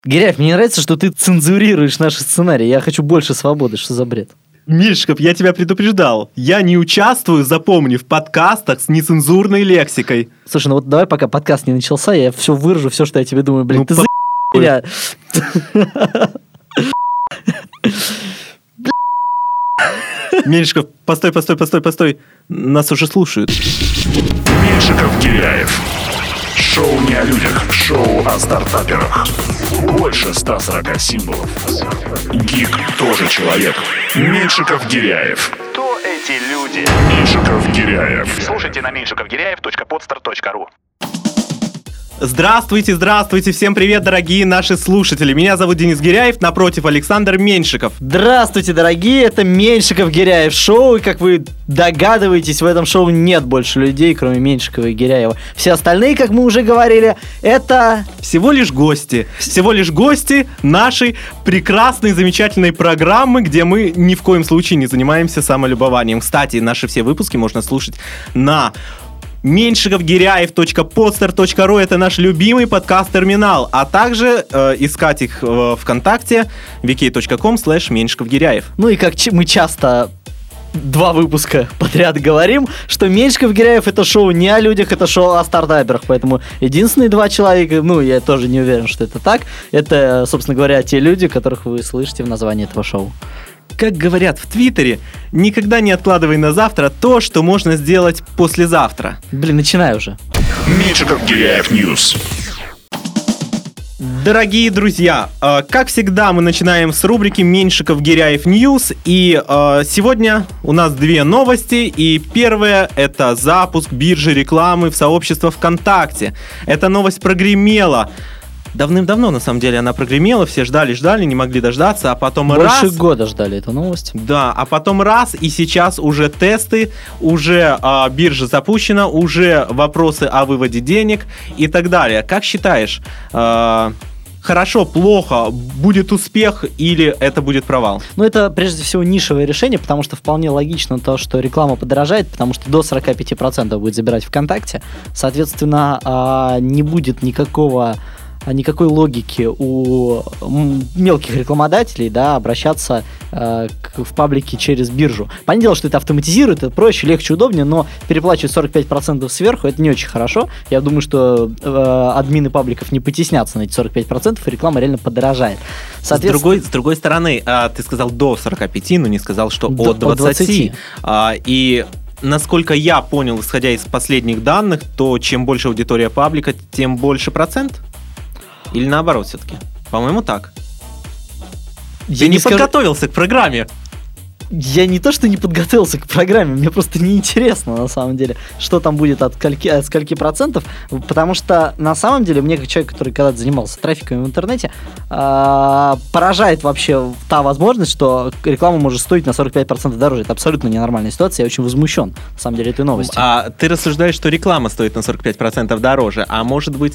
Гиряев, мне не нравится, что ты цензурируешь наши сценарии. Я хочу больше свободы. Что за бред? Меньшиков, я тебя предупреждал. Я не участвую, запомни, в подкастах с нецензурной лексикой. Слушай, ну вот давай, пока подкаст не начался, я все выражу, все, что я тебе думаю. Блин, ты меня. Меньшиков, постой. Нас уже слушают. Меньшиков, Гиряев. Шоу не о людях, шоу о стартаперах. Больше 140 символов. Гик тоже человек. Меньшиков, Гиряев. Кто эти люди? Меньшиков, Гиряев. Слушайте на меньшиковгиряев.podster.ru. Здравствуйте, всем привет, дорогие наши слушатели. Меня зовут Денис Гиряев, напротив Александр Меньшиков. Здравствуйте, дорогие, это Меньшиков Гиряев шоу, и как вы догадываетесь, в этом шоу нет больше людей, кроме Меньшикова и Гиряева. Все остальные, как мы уже говорили, это... Всего лишь гости нашей прекрасной, замечательной программы, где мы ни в коем случае не занимаемся самолюбованием. Кстати, наши все выпуски можно слушать на меньшиковгиряев.podster.ru. Это наш любимый подкаст-терминал, а также искать их в ВКонтакте vk.com/меньшиковгиряев. Ну и как мы часто 2 выпуска подряд говорим, что Меньшиков Гиряев — это шоу не о людях, это шоу о стартаперах, поэтому единственные 2 человека, ну я тоже не уверен, что это так, это, собственно говоря, те люди, которых вы слышите в названии этого шоу. Как говорят в Твиттере, никогда не откладывай на завтра то, что можно сделать послезавтра. Блин, начинай уже. Меньшиков, Гиряев Ньюс. Дорогие друзья, как всегда, мы начинаем с рубрики Меньшиков Гиряев Ньюс. И сегодня у нас 2 новости. И первая — это запуск биржи рекламы в сообщество ВКонтакте. Эта новость прогремела. Давным-давно, на самом деле, она прогремела, все ждали, не могли дождаться, а потом Больше года ждали эту новость. Да, а потом раз, и сейчас уже тесты, уже биржа запущена, уже вопросы о выводе денег и так далее. Как считаешь, хорошо, плохо, будет успех или это будет провал? Ну, это, прежде всего, нишевое решение, потому что вполне логично то, что реклама подорожает, потому что до 45% будет забирать ВКонтакте. Соответственно, не будет никакой логики у мелких рекламодателей, да, обращаться в паблики через биржу. Понятное дело, что это автоматизирует, это проще, легче, удобнее, но переплачивать 45% сверху — это не очень хорошо. Я думаю, что админы пабликов не потеснятся на эти 45%, и реклама реально подорожает. С другой стороны, ты сказал до 45, но не сказал, что от 20. И насколько я понял, исходя из последних данных, то чем больше аудитория паблика, тем больше процент? Или наоборот все-таки? По-моему, так. Ты не подготовился к программе. Я не то, что не подготовился к программе, мне просто неинтересно, на самом деле, что там будет от скольки процентов, потому что, на самом деле, мне, как человек, который когда-то занимался трафиком в интернете, поражает вообще та возможность, что реклама может стоить на 45% дороже. Это абсолютно ненормальная ситуация, я очень возмущен, на самом деле, этой новостью. А ты рассуждаешь, что реклама стоит на 45% дороже, а может быть...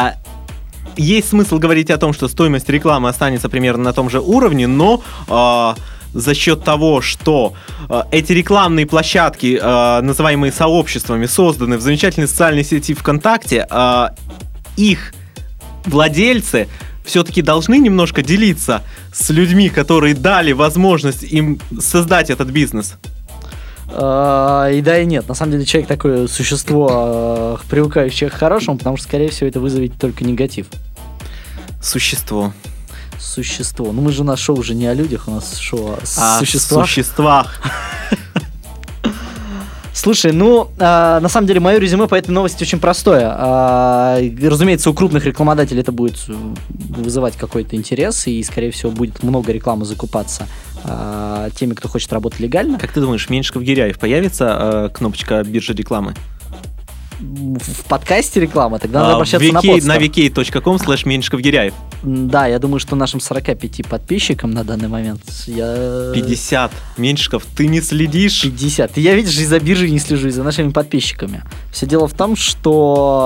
Есть смысл говорить о том, что стоимость рекламы останется примерно на том же уровне, но за счет того, что эти рекламные площадки, называемые сообществами, созданы в замечательной социальной сети ВКонтакте, их владельцы все-таки должны немножко делиться с людьми, которые дали возможность им создать этот бизнес. И да, и нет. На самом деле человек такое существо, привыкающее к хорошему, потому что, скорее всего, это вызовет только негатив. Существо. Ну мы же, у нас шоу уже не о людях, у нас шоу о существах. Слушай, на самом деле, мое резюме по этой новости очень простое. Разумеется, у крупных рекламодателей это будет вызывать какой-то интерес, и, скорее всего, будет много рекламы закупаться теми, кто хочет работать легально. Как ты думаешь, Меньшиков Гиряев появится кнопочка биржи рекламы? В подкасте реклама, тогда надо обращаться на подстер. На vk.com/меньшиковгиряев. Да, я думаю, что нашим 45 подписчикам на данный момент 50. Меньшиков, ты не следишь? 50. Я, видишь, из-за биржи не слежу, и за нашими подписчиками. Все дело в том, что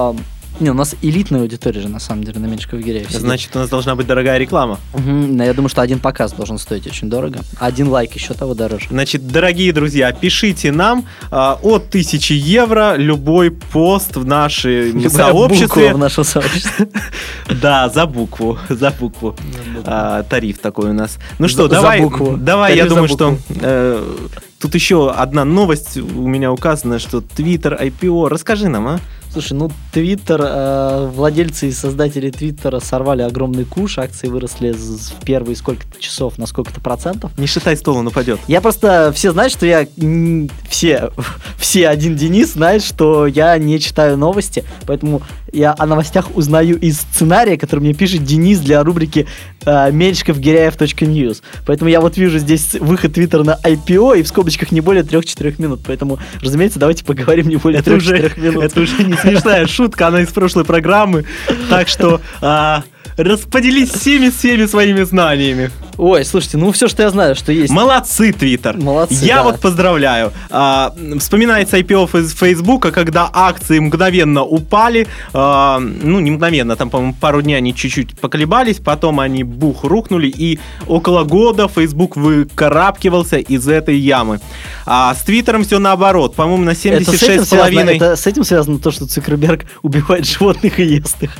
Не, у нас элитная аудитория же, на самом деле, на Меньшиков Гиряев сидит. Значит, у нас должна быть дорогая реклама. Но я думаю, что один показ должен стоить очень дорого, а один лайк еще того дороже. Значит, дорогие друзья, пишите нам от 1000 евро любой пост в нашем сообществе. Буква в нашем сообществе. Да, за букву. Тариф такой у нас. Ну что, За букву. давай, я Тариф за думаю, что букву. тут еще одна новость у меня указана, что Twitter IPO. Расскажи нам, а? Слушай, Twitter, владельцы и создатели Твиттера сорвали огромный куш, акции выросли в первые сколько-то часов на сколько-то процентов. Не считай, стол он упадет. Я просто, все знают, что я, все один Денис знает, что я не читаю новости, поэтому я о новостях узнаю из сценария, который мне пишет Денис для рубрики menshkovgirяев.news. Поэтому я вот вижу здесь выход Твиттера на IPO и в скобочках не более 3-4 минут, поэтому, разумеется, давайте поговорим не более 3-4 минут. Это уже не смешная шутка, она из прошлой программы, так что расподелись всеми своими знаниями. Ой, слушайте, все, что я знаю, что есть. Молодцы, Твиттер. Молодцы, Я да. вот поздравляю. Вспоминается IPO Фейсбука, когда акции мгновенно упали. Не мгновенно, там, по-моему, пару дней они чуть-чуть поколебались, потом они рухнули, и около года Facebook выкарабкивался из этой ямы. А с Твиттером все наоборот. По-моему, на 76,5... Это с этим связано то, что Цукерберг убивает животных и ест их.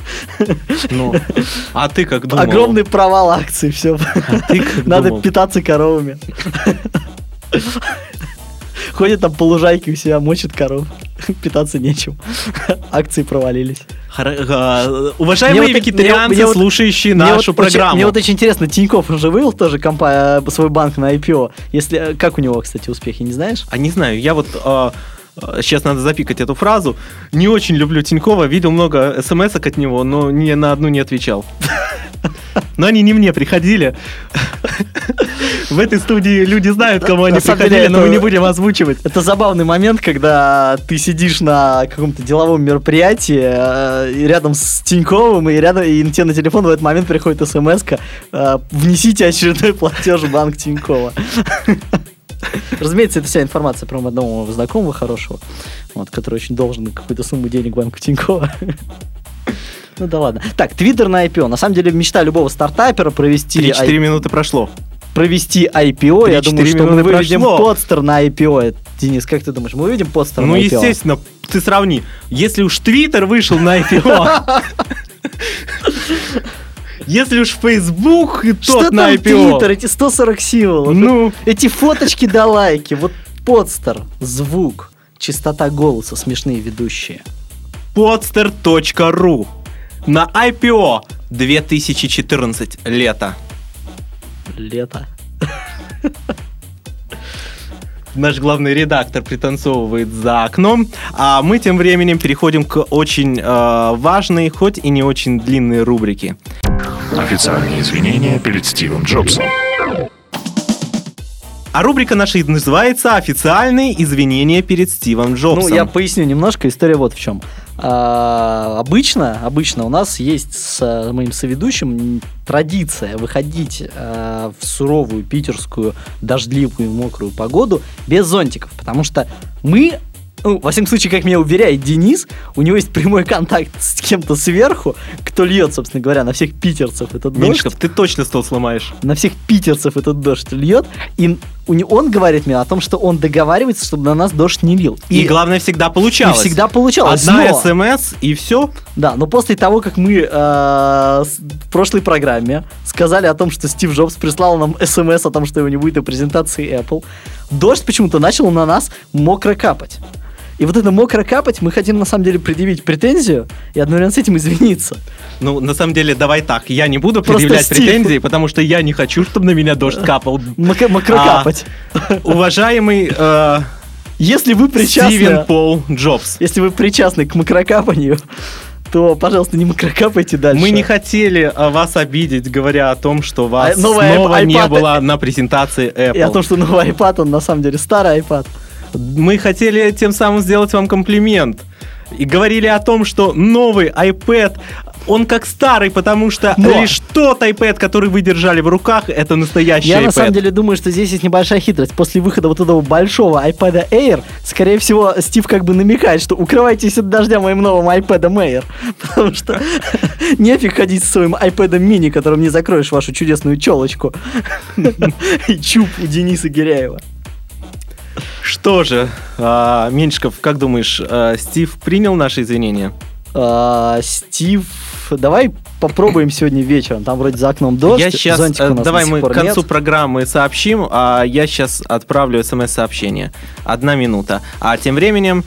А ты как думал? Огромный провал акций, все. Надо питаться коровами. Ходит там по лужайке у себя, мочит коров. Питаться нечем. Акции провалились. Уважаемые вегетарианцы, слушающие нашу программу. Мне вот очень интересно, Тинькофф уже вывел тоже свой банк на IPO. Как у него, кстати, успехи, не знаешь? Не знаю, я вот... Сейчас надо запикать эту фразу. Не очень люблю Тинькова, видел много смс-ок от него, но ни на одну не отвечал. Но они не мне приходили. В этой студии люди знают, кому они приходили, но мы не будем озвучивать. Это забавный момент, когда ты сидишь на каком-то деловом мероприятии рядом с Тиньковым, и тебе на телефон в этот момент приходит смс-ка: внесите очередной платеж в банк Тинькова. Разумеется, это вся информация про одного моего знакомого хорошего, который очень должен какую-то сумму денег банку Тинькова. Ну да ладно. Так, Твиттер на IPO. На самом деле, мечта любого стартапера провести... 3-4 минуты прошло. Провести IPO. Я думаю, что мы выведем подстер на IPO. Денис, как ты думаешь, мы выведем подстер на IPO? Естественно, ты сравни. Если уж Твиттер вышел на IPO... Если уж Facebook и тот на IPO... Что там Твиттер, эти 140 символов? Эти фоточки да лайки. Вот подстер, звук, частота голоса, смешные ведущие. Podster.ru. На IPO 2014 лето. Лето. Наш главный редактор пританцовывает за окном, а мы тем временем переходим к очень важной, хоть и не очень длинной рубрике. Официальные извинения перед Стивом Джобсом. А рубрика наша называется «Официальные извинения перед Стивом Джобсом». Я поясню немножко. История вот в чем. Обычно у нас есть с моим соведущим традиция выходить в суровую питерскую дождливую мокрую погоду без зонтиков, потому что мы... во всяком случае, как меня уверяет Денис, у него есть прямой контакт с кем-то сверху, кто льет, собственно говоря, на всех питерцев этот дождь. Меньшиков, ты точно стол сломаешь. На всех питерцев этот дождь льет, и он говорит мне о том, что он договаривается, чтобы на нас дождь не лил. И главное, всегда получалось. И всегда получалось. Одна СМС, и все. Да, но после того, как мы в прошлой программе сказали о том, что Стив Джобс прислал нам СМС о том, что его не будет на презентации Apple, дождь почему-то начал на нас мокро капать. И вот это мокро капать мы хотим на самом деле предъявить претензию и одновременно с этим извиниться. На самом деле, давай так, я не буду предъявлять претензии, потому что я не хочу, чтобы на меня дождь капал. Мокро капать. Уважаемый если вы причастны... Стивен Пол Джобс. Если вы причастны к мокрокапанию, то, пожалуйста, не мокрокапайте дальше. Мы не хотели вас обидеть, говоря о том, что вас снова не было на презентации Apple. И о том, что новый iPad, он на самом деле старый iPad. Мы хотели тем самым сделать вам комплимент. И говорили о том, что новый iPad Он как старый, потому что Но. лишь тот iPad, который вы держали в руках, это настоящий Я iPad. на самом деле думаю, что здесь есть небольшая хитрость. После выхода вот этого большого iPad Air, скорее всего, Стив как бы намекает, что укрывайтесь от дождя моим новым iPad Air. Потому что нефиг ходить со своим iPad mini, которым не закроешь вашу чудесную челочку. И чуб у Дениса Гиряева. Что же, Меньшиков, как думаешь, Стив принял наши извинения? Стив, давай попробуем сегодня вечером. Там вроде за окном дождь. Я сейчас, зонтика у нас давай до сих мы пор к концу нет. программы сообщим, а я сейчас отправлю смс-сообщение. 1 минута. А тем временем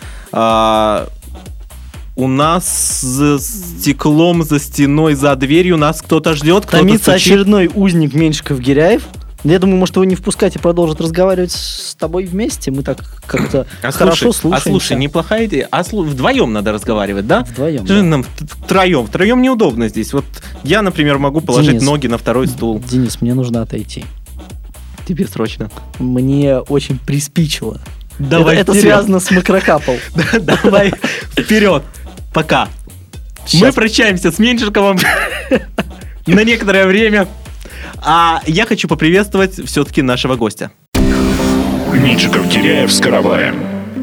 у нас за стеклом, за стеной, за дверью нас кто-то ждет, кто-то Томится стучит. очередной узник Меньшиков Гиряев. Я думаю, может, его не впускать и продолжит разговаривать с тобой вместе. Мы так как-то хорошо слушаемся. слушай, неплохая идея. Вдвоем надо разговаривать, да? Вдвоем, Что же да. нам втроем? Втроем неудобно здесь. Вот я, например, могу положить Денис. ноги на второй стул. Денис, мне нужно отойти. Тебе срочно. Мне очень приспичило. Давай это вперед. связано с Макрокапл. Давай вперед. Пока. Мы Щас. прощаемся с Меньшиковым на некоторое время. А я хочу поприветствовать все-таки нашего гостя. Меньшиков-Гиряев с караваем.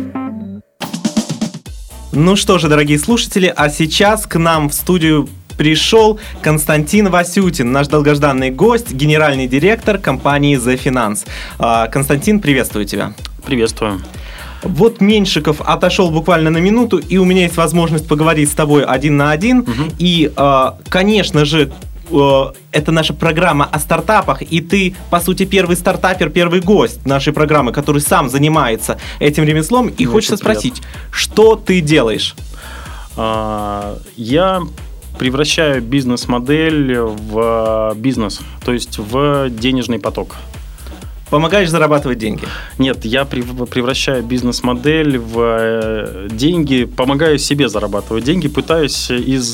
Ну что же, дорогие слушатели, а сейчас к нам в студию пришел Константин Васютин, наш долгожданный гость, генеральный директор компании The Finance. Константин, приветствую тебя. Приветствую. Вот Меньшиков отошел буквально на минуту, и у меня есть возможность поговорить с тобой 1 на 1. И, конечно же, это наша программа о стартапах, и ты, по сути, первый стартапер, первый гость нашей программы, который сам занимается этим ремеслом, и хочется спросить, что ты делаешь? Я превращаю бизнес-модель в бизнес, то есть в денежный поток. Помогаешь зарабатывать деньги? Нет, я превращаю бизнес-модель в деньги, помогаю себе зарабатывать деньги, пытаюсь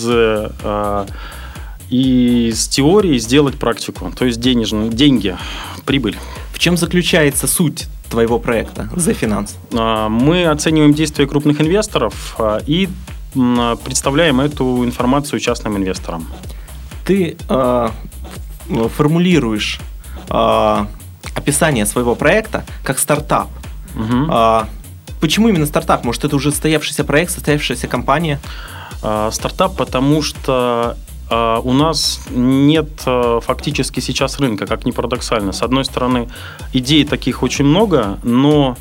из теории сделать практику, то есть деньги, прибыль. В чем заключается суть твоего проекта The Finance? Мы оцениваем действия крупных инвесторов и представляем эту информацию частным инвесторам. Ты формулируешь описание своего проекта как стартап. Почему именно стартап? Может, это уже состоявшийся проект, состоявшаяся компания? Стартап, потому что у нас нет фактически сейчас рынка, как ни парадоксально. С одной стороны, идей таких очень много, но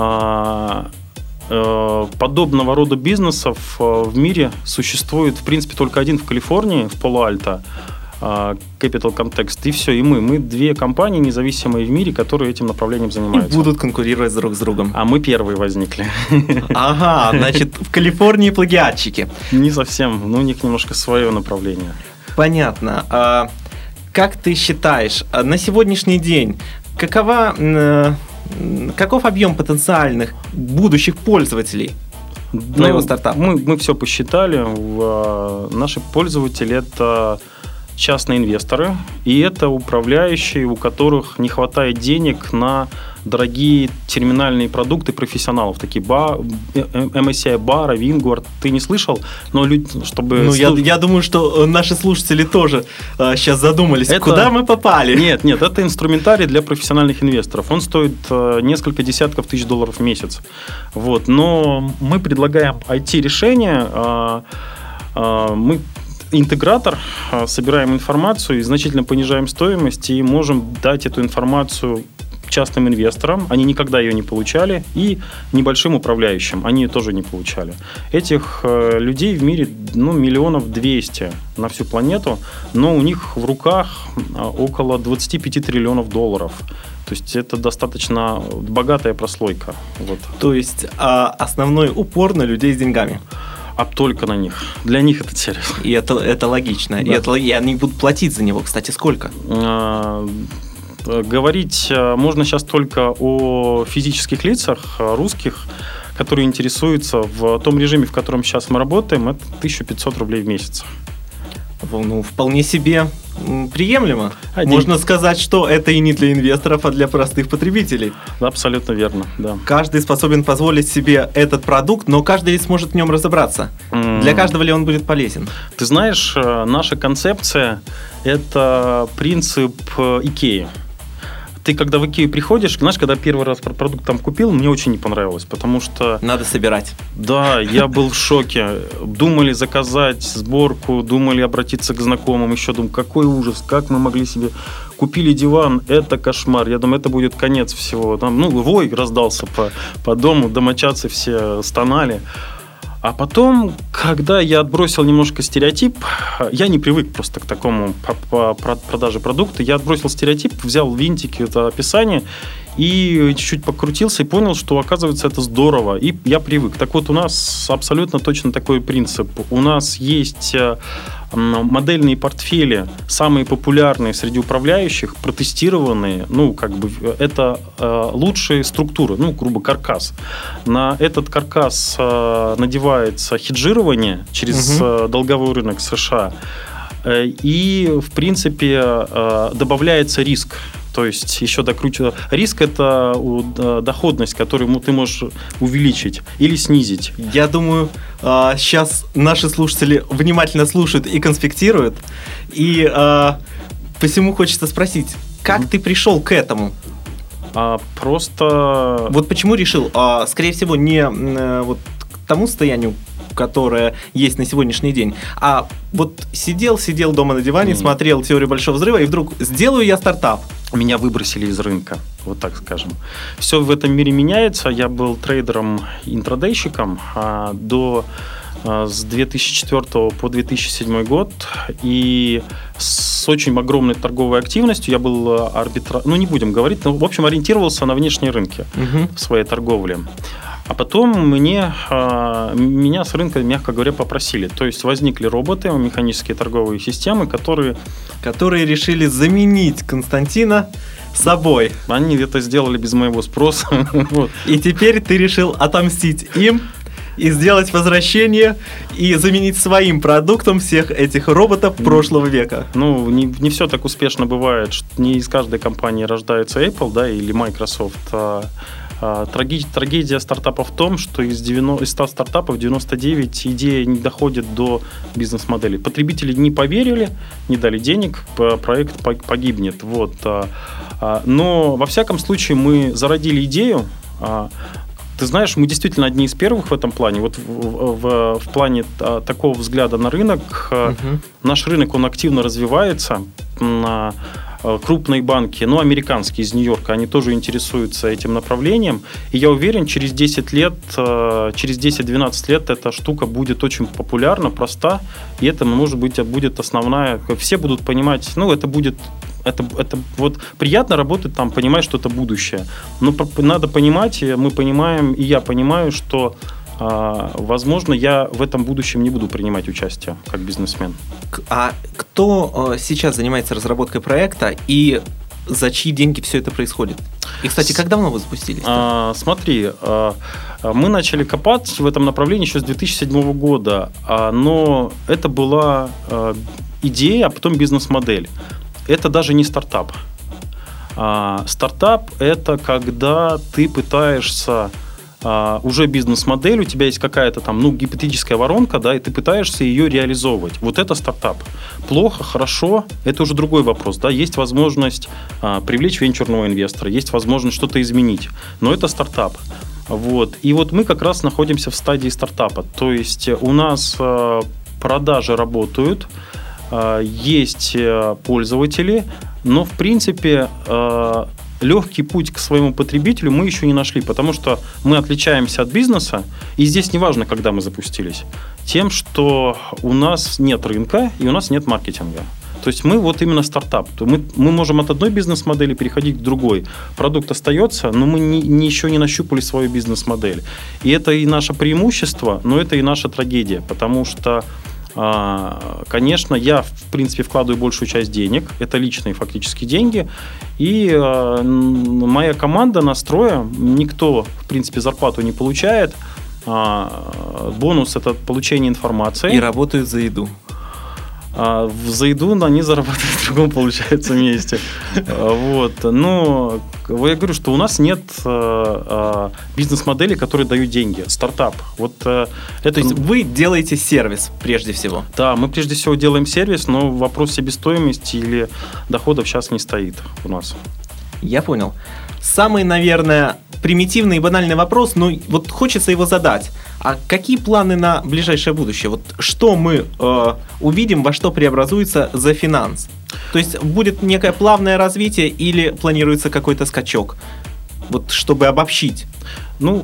подобного рода бизнесов в мире существует, в принципе, только один в Калифорнии, в Пало-Альто, Capital Context, и все, и мы. Мы две компании независимые в мире, которые этим направлением занимаются. И будут конкурировать друг с другом. А мы первые возникли. Ага, значит, в Калифорнии плагиатчики. Не совсем, но у них немножко свое направление. Понятно. Как ты считаешь, на сегодняшний день каков объем потенциальных будущих пользователей твоего стартапа? Мы все посчитали. Наши пользователи – это частные инвесторы, и это управляющие, у которых не хватает денег на дорогие терминальные продукты профессионалов, такие MSCI, Barra, Vanguard. Ты не слышал? Но чтобы... Я думаю, что наши слушатели тоже сейчас задумались, куда мы попали. Нет, это инструментарий для профессиональных инвесторов. Он стоит несколько десятков тысяч долларов в месяц. Вот. Но мы предлагаем IT-решения. Мы интегратор, собираем информацию и значительно понижаем стоимость, и можем дать эту информацию частным инвесторам, они никогда ее не получали, и небольшим управляющим, они ее тоже не получали. Этих людей в мире 200 миллионов на всю планету, но у них в руках около 25 триллионов долларов. То есть это достаточно богатая прослойка. Вот. То есть основной упор на людей с деньгами. А только на них. Для них это сервис. И это логично. Да. И они будут платить за него. Кстати, сколько? Говорить можно сейчас только о физических лицах, русских, которые интересуются в том режиме, в котором сейчас мы работаем, это 1500 рублей в месяц. Ну, вполне себе приемлемо. Один. Можно сказать, что это и не для инвесторов, а для простых потребителей. Абсолютно верно, да. Каждый способен позволить себе этот продукт, но каждый сможет в нем разобраться. Для каждого ли он будет полезен? Ты знаешь, наша концепция – это принцип Икеи. Ты когда в Икею приходишь, знаешь, когда первый раз продукт там купил, мне очень не понравилось, потому что... Надо собирать. Да, я был в шоке. Думали заказать сборку, думали обратиться к знакомым, еще думаю, какой ужас, как мы могли себе... Купили диван, это кошмар. Я думаю, это будет конец всего. Там, вой раздался по дому, домочадцы все стонали. А потом, когда я отбросил немножко стереотип, я не привык просто к такому продаже продукта, я отбросил стереотип, взял винтики, это описание, и чуть-чуть покрутился и понял, что, оказывается, это здорово, и я привык. Так вот, у нас абсолютно точно такой принцип. У нас есть модельные портфели, самые популярные среди управляющих, протестированные, это лучшие структуры, грубо, каркас. На этот каркас надевается хеджирование через долговой рынок США, и, в принципе, добавляется риск. То есть еще докручиваю. Риск – это доходность, которую ты можешь увеличить или снизить. Я думаю, сейчас наши слушатели внимательно слушают и конспектируют. И посему хочется спросить, как ты пришел к этому? Просто... Вот почему решил? Скорее всего, не вот к тому состоянию, которое есть на сегодняшний день, а вот сидел дома на диване, смотрел «Теорию большого взрыва», и вдруг сделаю я стартап. Меня выбросили из рынка, вот так скажем. Все в этом мире меняется. Я был трейдером, интрадейщиком с 2004 по 2007 год, и с очень огромной торговой активностью я был не будем говорить, но, в общем, ориентировался на внешние рынки в своей торговле. А потом меня с рынка, мягко говоря, попросили. То есть возникли роботы, механические торговые системы, которые решили заменить Константина собой. Они это сделали без моего спроса. И теперь ты решил отомстить им и сделать возвращение и заменить своим продуктом всех этих роботов прошлого века. Не все так успешно бывает. Не из каждой компании рождается Apple, да, или Microsoft. Трагедия стартапа в том, что из 100 стартапов 99 идея не доходит до бизнес-модели. Потребители не поверили, не дали денег, проект погибнет. Вот. Но, во всяком случае, мы зародили идею. Ты знаешь, мы действительно одни из первых в этом плане. Вот в плане такого взгляда на рынок. Наш рынок, он активно развивается. Крупные банки, американские из Нью-Йорка, они тоже интересуются этим направлением. И я уверен, через 10-12 лет эта штука будет очень популярна, проста. И это, может быть, будет основная. Все будут понимать, это вот приятно работать там, понимать, что это будущее. Но надо понимать, мы понимаем, и я понимаю, что возможно, я в этом будущем не буду принимать участие как бизнесмен. А кто сейчас занимается разработкой проекта и за чьи деньги все это происходит? И, кстати, как давно вы запустились? Смотри, мы начали копать в этом направлении еще с 2007 года, но это была идея, а потом бизнес-модель. Это даже не стартап. Стартап – это когда ты пытаешься уже бизнес-модель, у тебя есть какая-то там, гипотетическая воронка, да, и ты пытаешься ее реализовывать. Вот это стартап. Плохо, хорошо, это уже другой вопрос, да, есть возможность привлечь венчурного инвестора, есть возможность что-то изменить, но это стартап. Вот. И вот мы как раз находимся в стадии стартапа, то есть у нас продажи работают, есть пользователи, но, в принципе, легкий путь к своему потребителю мы еще не нашли, потому что мы отличаемся от бизнеса, и здесь не важно, когда мы запустились, тем, что у нас нет рынка и у нас нет маркетинга. То есть мы вот именно стартап. Мы можем от одной бизнес-модели переходить к другой. Продукт остается, но мы еще не нащупали свою бизнес-модель. И это и наше преимущество, но это и наша трагедия, потому что конечно, я, в принципе, вкладываю большую часть денег. Это личные фактически деньги. И моя команда настроя, никто, в принципе, зарплату не получает. Бонус – это получение информации. И работают за еду. За еду они зарабатывают в другом, получается, месте. Вот. Но я говорю, что у нас нет бизнес-модели, которые дают деньги. Стартап. Вот это... То есть вы делаете сервис прежде всего? Да, мы прежде всего делаем сервис, но вопрос себестоимости или доходов сейчас не стоит у нас. Я понял. Самый, наверное, примитивный и банальный вопрос, но вот хочется его задать. А какие планы на ближайшее будущее? Вот что мы увидим, во что преобразуется The Finance? То есть будет некое плавное развитие или планируется какой-то скачок? Вот чтобы обобщить. Ну,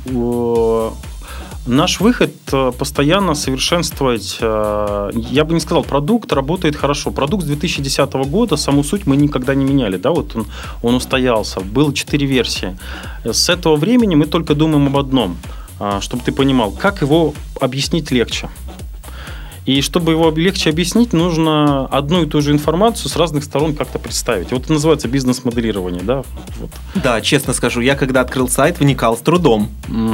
наш выход постоянно совершенствовать, я бы не сказал, продукт работает хорошо. Продукт с 2010 года, саму суть мы никогда не меняли, да, вот он устоялся, было 4 версии. С этого времени мы только думаем об одном, чтобы ты понимал, как его объяснить легче. И чтобы его легче объяснить, нужно одну и ту же информацию с разных сторон как-то представить. Вот это называется бизнес-моделирование, да? Вот. Да, честно скажу, я когда открыл сайт, вникал с трудом.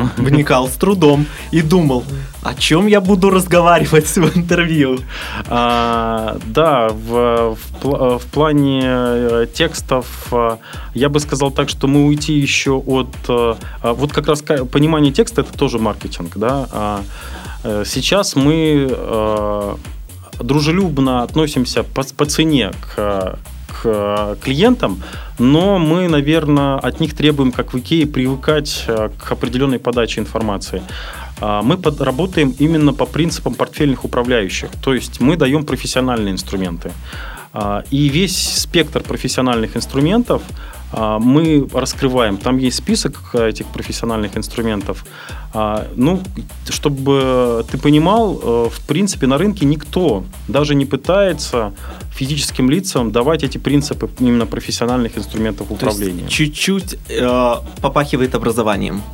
И думал, о чем я буду разговаривать в интервью. Да, в плане текстов я бы сказал так, что мы уйти еще от... Вот как раз понимание текста – это тоже маркетинг, да? Сейчас мы дружелюбно относимся по цене к клиентам, но мы, наверное, от них требуем, как в Икее, привыкать к определенной подаче информации. Мы работаем именно по принципам портфельных управляющих, то есть мы даем профессиональные инструменты. И весь спектр профессиональных инструментов мы раскрываем. Там есть список этих профессиональных инструментов. Ну, чтобы ты понимал, в принципе, на рынке никто даже не пытается физическим лицам давать эти принципы именно профессиональных инструментов управления. То есть чуть-чуть попахивает образованием.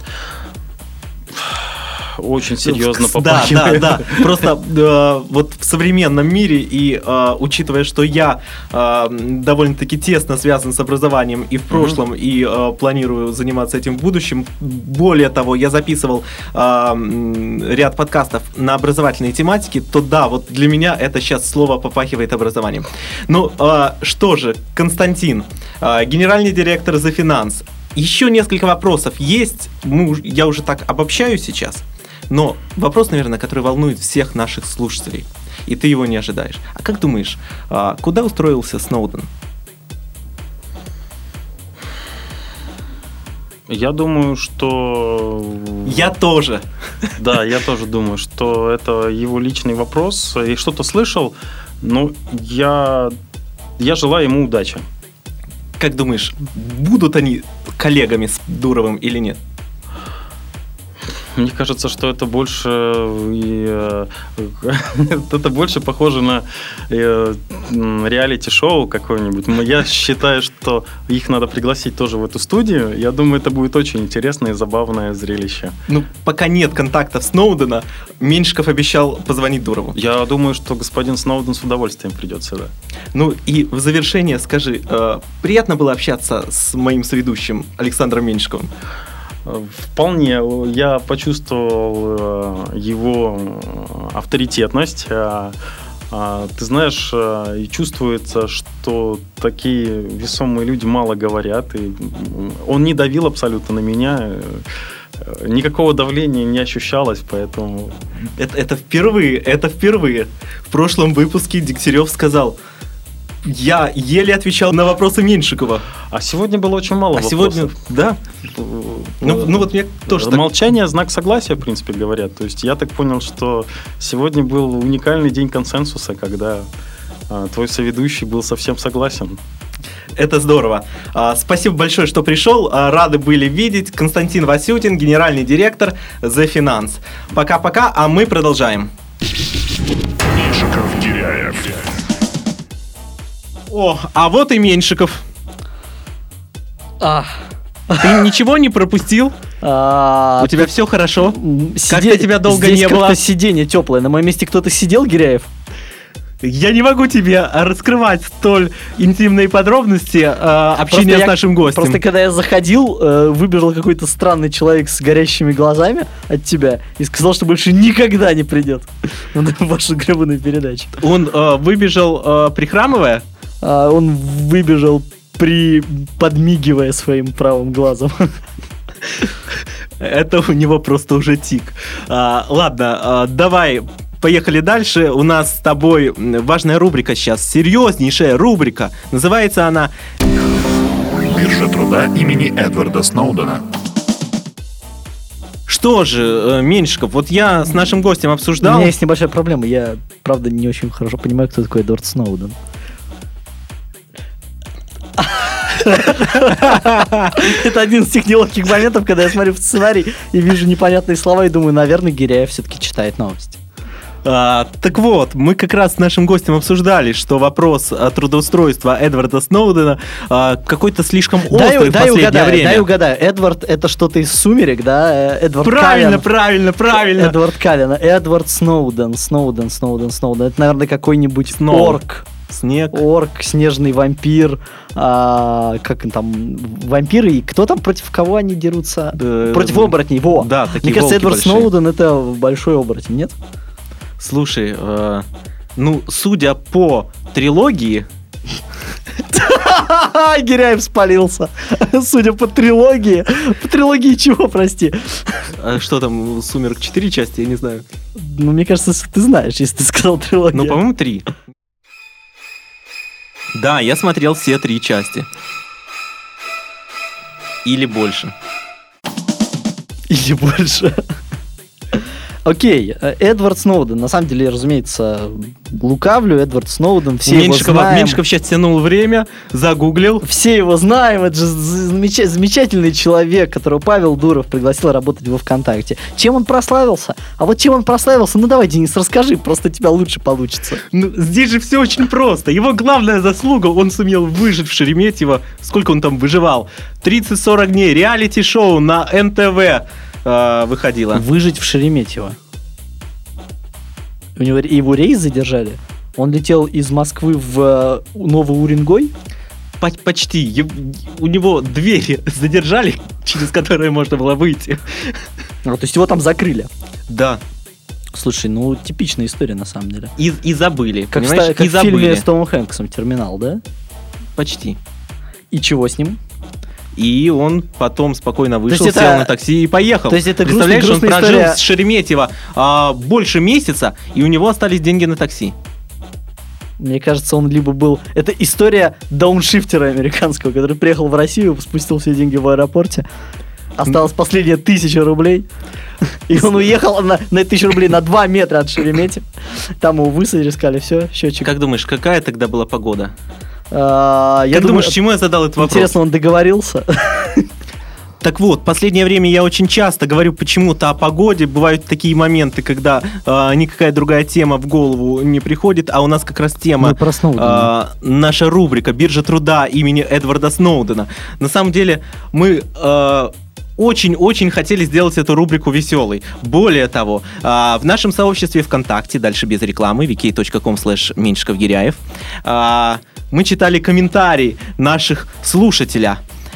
Очень серьезно попахивает. Да. Просто вот в современном мире и учитывая, что я довольно-таки тесно связан с образованием и в прошлом, и планирую заниматься этим в будущем. Более того, я записывал ряд подкастов на образовательные тематики, то да, вот для меня это сейчас слово попахивает образованием. Ну, что же, Константин, генеральный директор The Finance. Еще несколько вопросов есть. Я уже так обобщаю сейчас. Но вопрос, наверное, который волнует всех наших слушателей, и ты его не ожидаешь. А как думаешь, куда устроился Сноуден? Я думаю, что... Я тоже. Да, я тоже думаю, что это его личный вопрос. И что-то слышал, но я желаю ему удачи. Как думаешь, будут они коллегами с Дуровым или нет? Мне кажется, что это больше похоже на реалити-шоу какое-нибудь. Я считаю, что их надо пригласить тоже в эту студию. Я думаю, это будет очень интересное и забавное зрелище. Ну, пока нет контактов Сноудена, Меньшиков обещал позвонить Дурову. Я думаю, что господин Сноуден с удовольствием придет сюда. Ну и в завершение скажи, приятно было общаться с моим соведущим Александром Меньшиковым? Вполне. Я почувствовал его авторитетность. Ты знаешь, и чувствуется, что такие весомые люди мало говорят. И он не давил абсолютно на меня. Никакого давления не ощущалось, поэтому... Это впервые. В прошлом выпуске Дегтярев сказал... Я еле отвечал на вопросы Меньшикова. А сегодня было очень мало вопросов. Сегодня, да. Ну вот мне тоже молчание – знак согласия, в принципе, говорят. То есть я так понял, что сегодня был уникальный день консенсуса, когда твой соведущий был совсем согласен. Это здорово. Спасибо большое, что пришел. Рады были видеть. Константин Васютин, генеральный директор The Finance. Пока-пока, а мы продолжаем. Меньшиков-Гиряев. О, а вот и Меньшиков. Ты ничего не пропустил? У тебя все хорошо? Как-то тебя долго не было. Здесь как-то сиденье теплое. На моем месте кто-то сидел, Гиряев? Я не могу тебе раскрывать столь интимные подробности общения с нашим гостем. Просто когда я заходил, выбежал какой-то странный человек с горящими глазами от тебя и сказал, что больше никогда не придет на вашу гребаную передачу. Он выбежал прихрамывая? Он выбежал подмигивая своим правым глазом. Это у него просто уже тик. Ладно, давай... Поехали дальше. У нас с тобой важная рубрика сейчас. Серьезнейшая рубрика. Называется она Биржа труда имени Эдварда Сноудена. Что же, Меньшиков, вот я с нашим гостем обсуждал... У меня есть небольшая проблема. Я, правда, не очень хорошо понимаю, кто такой Эдвард Сноуден. Это один из тех неловких моментов, когда я смотрю в сценарий и вижу непонятные слова и думаю, наверное, Гиряев все-таки читает новости. Так вот, мы как раз с нашим гостем обсуждали, что вопрос трудоустройства Эдварда Сноудена какой-то слишком острый в последнее время. Дай угадаю. Эдвард — это что-то из «Сумерек», да? Эдвард Правильно. Эдвард Каллен. Эдвард Сноуден. Это, наверное, какой-нибудь орк. Орк, снежный вампир, как он там, вампиры, и кто там, против кого они дерутся? Против оборотней, во! Да, такие Мне кажется, Эдвард большие. Сноуден — это большой оборотень, нет? Слушай, судя по трилогии... Гиряев спалился. Судя по трилогии. По трилогии чего, прости? Что там, «Сумерек» 4 части, я не знаю. Ну, мне кажется, ты знаешь, если ты сказал трилогию. Ну, по-моему, 3. Да, я смотрел все 3 части. Или больше. Или больше. Окей, Эдвард Сноуден. На самом деле, разумеется, лукавлю. Эдвард Сноуден, все его знаем. Меньшиков сейчас тянул время, загуглил. Все его знаем. Это же замечательный человек, которого Павел Дуров пригласил работать во ВКонтакте. Чем он прославился? А вот чем он прославился, давай, Денис, расскажи, просто у тебя лучше получится. Здесь же все очень просто. Его главная заслуга, он сумел выжить в Шереметьево. Сколько он там выживал? 30-40 дней. Реалити-шоу на НТВ выходило. Выжить в Шереметьево. Его рейс задержали? Он летел из Москвы в Новый Уренгой? Почти. У него двери задержали, через которые можно было выйти. То есть его там закрыли? Да. Слушай, типичная история на самом деле. И забыли. Как в фильме с Томом Хэнксом «Терминал», да? Почти. И чего с ним? И он потом спокойно вышел, сел на такси и поехал. То есть это представляешь, он прожил история... с Шереметьево больше месяца, и у него остались деньги на такси. Мне кажется, он либо был... Это история дауншифтера американского, который приехал в Россию, спустил все деньги в аэропорте. Осталось последние 1000 рублей. И он уехал на 1000 рублей на 2 метра от Шереметьево. Там его высадили, сказали, все, счетчик. Как думаешь, какая тогда была погода? Я думаю, чему я задал этот вопрос? Интересно, он договорился? Так вот, последнее время я очень часто говорю почему-то о погоде. Бывают такие моменты, когда никакая другая тема в голову не приходит, а у нас как раз тема, наша рубрика «Биржа труда» имени Эдварда Сноудена. На самом деле, мы... очень-очень хотели сделать эту рубрику веселой. Более того, в нашем сообществе ВКонтакте, дальше без рекламы, vk.com/меньшиковгиряев, мы читали комментарии наших слушателя,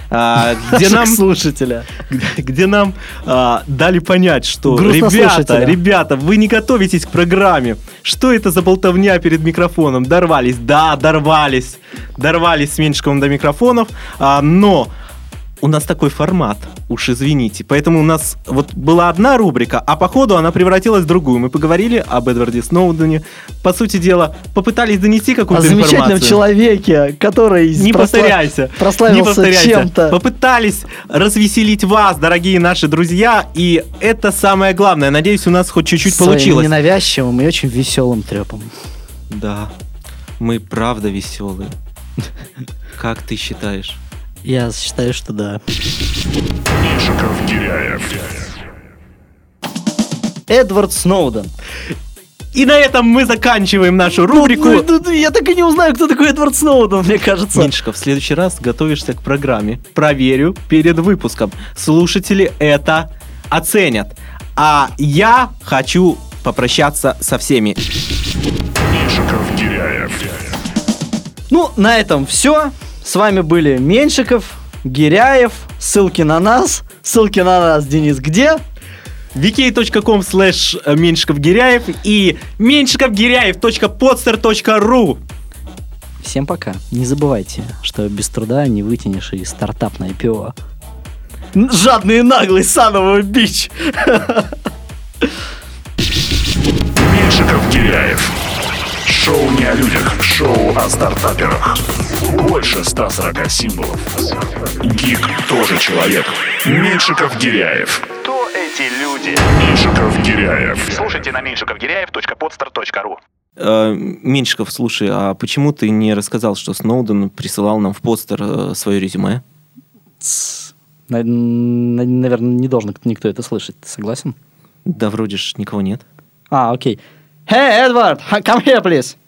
где нам дали понять, что ребята, вы не готовитесь к программе. Что это за болтовня перед микрофоном? Дорвались. Да, дорвались с Меньшиковым до микрофонов, но... У нас такой формат, уж извините. Поэтому у нас вот была одна рубрика, а по ходу она превратилась в другую. Мы поговорили об Эдварде Сноудене. По сути дела, попытались донести какую-то информацию. О замечательном человеке, который прославился чем-то. Попытались развеселить вас, дорогие наши друзья. И это самое главное. Надеюсь, у нас хоть чуть-чуть получилось. Ненавязчивым и очень веселым трепом. Да, мы правда веселые. Как ты считаешь? Я считаю, что да. Меньшиков-Гиряев. Эдвард Сноуден. И на этом мы заканчиваем нашу рубрику. Я так и не узнаю, кто такой Эдвард Сноуден, мне кажется. Меньшиков, в следующий раз готовишься к программе. Проверю перед выпуском. Слушатели это оценят. А я хочу попрощаться со всеми. Меньшиков-Гиряев. Ну, на этом все. С вами были Меньшиков, Гиряев. Ссылки на нас, Денис, где? vk.com/меньшиковгиряев и меньшиковгиряев.podster.ru. Всем пока. Не забывайте, что без труда не вытянешь и стартап на IPO. Жадный и наглый Сановый бич. Меньшиков-Гиряев. Шоу не о людях, шоу о стартаперах. Больше 140 символов. Гик тоже человек. Меньшиков-Гиряев. Кто эти люди? Меньшиков-Гиряев. Слушайте на меньшиковгиряев.podster.ru. Меньшиков, слушай, а почему ты не рассказал, что Сноуден присылал нам в подстер свое резюме? Наверное, не должен никто это слышать. Ты согласен? Да вроде ж никого нет. Окей. Hey, Edward, come here, please.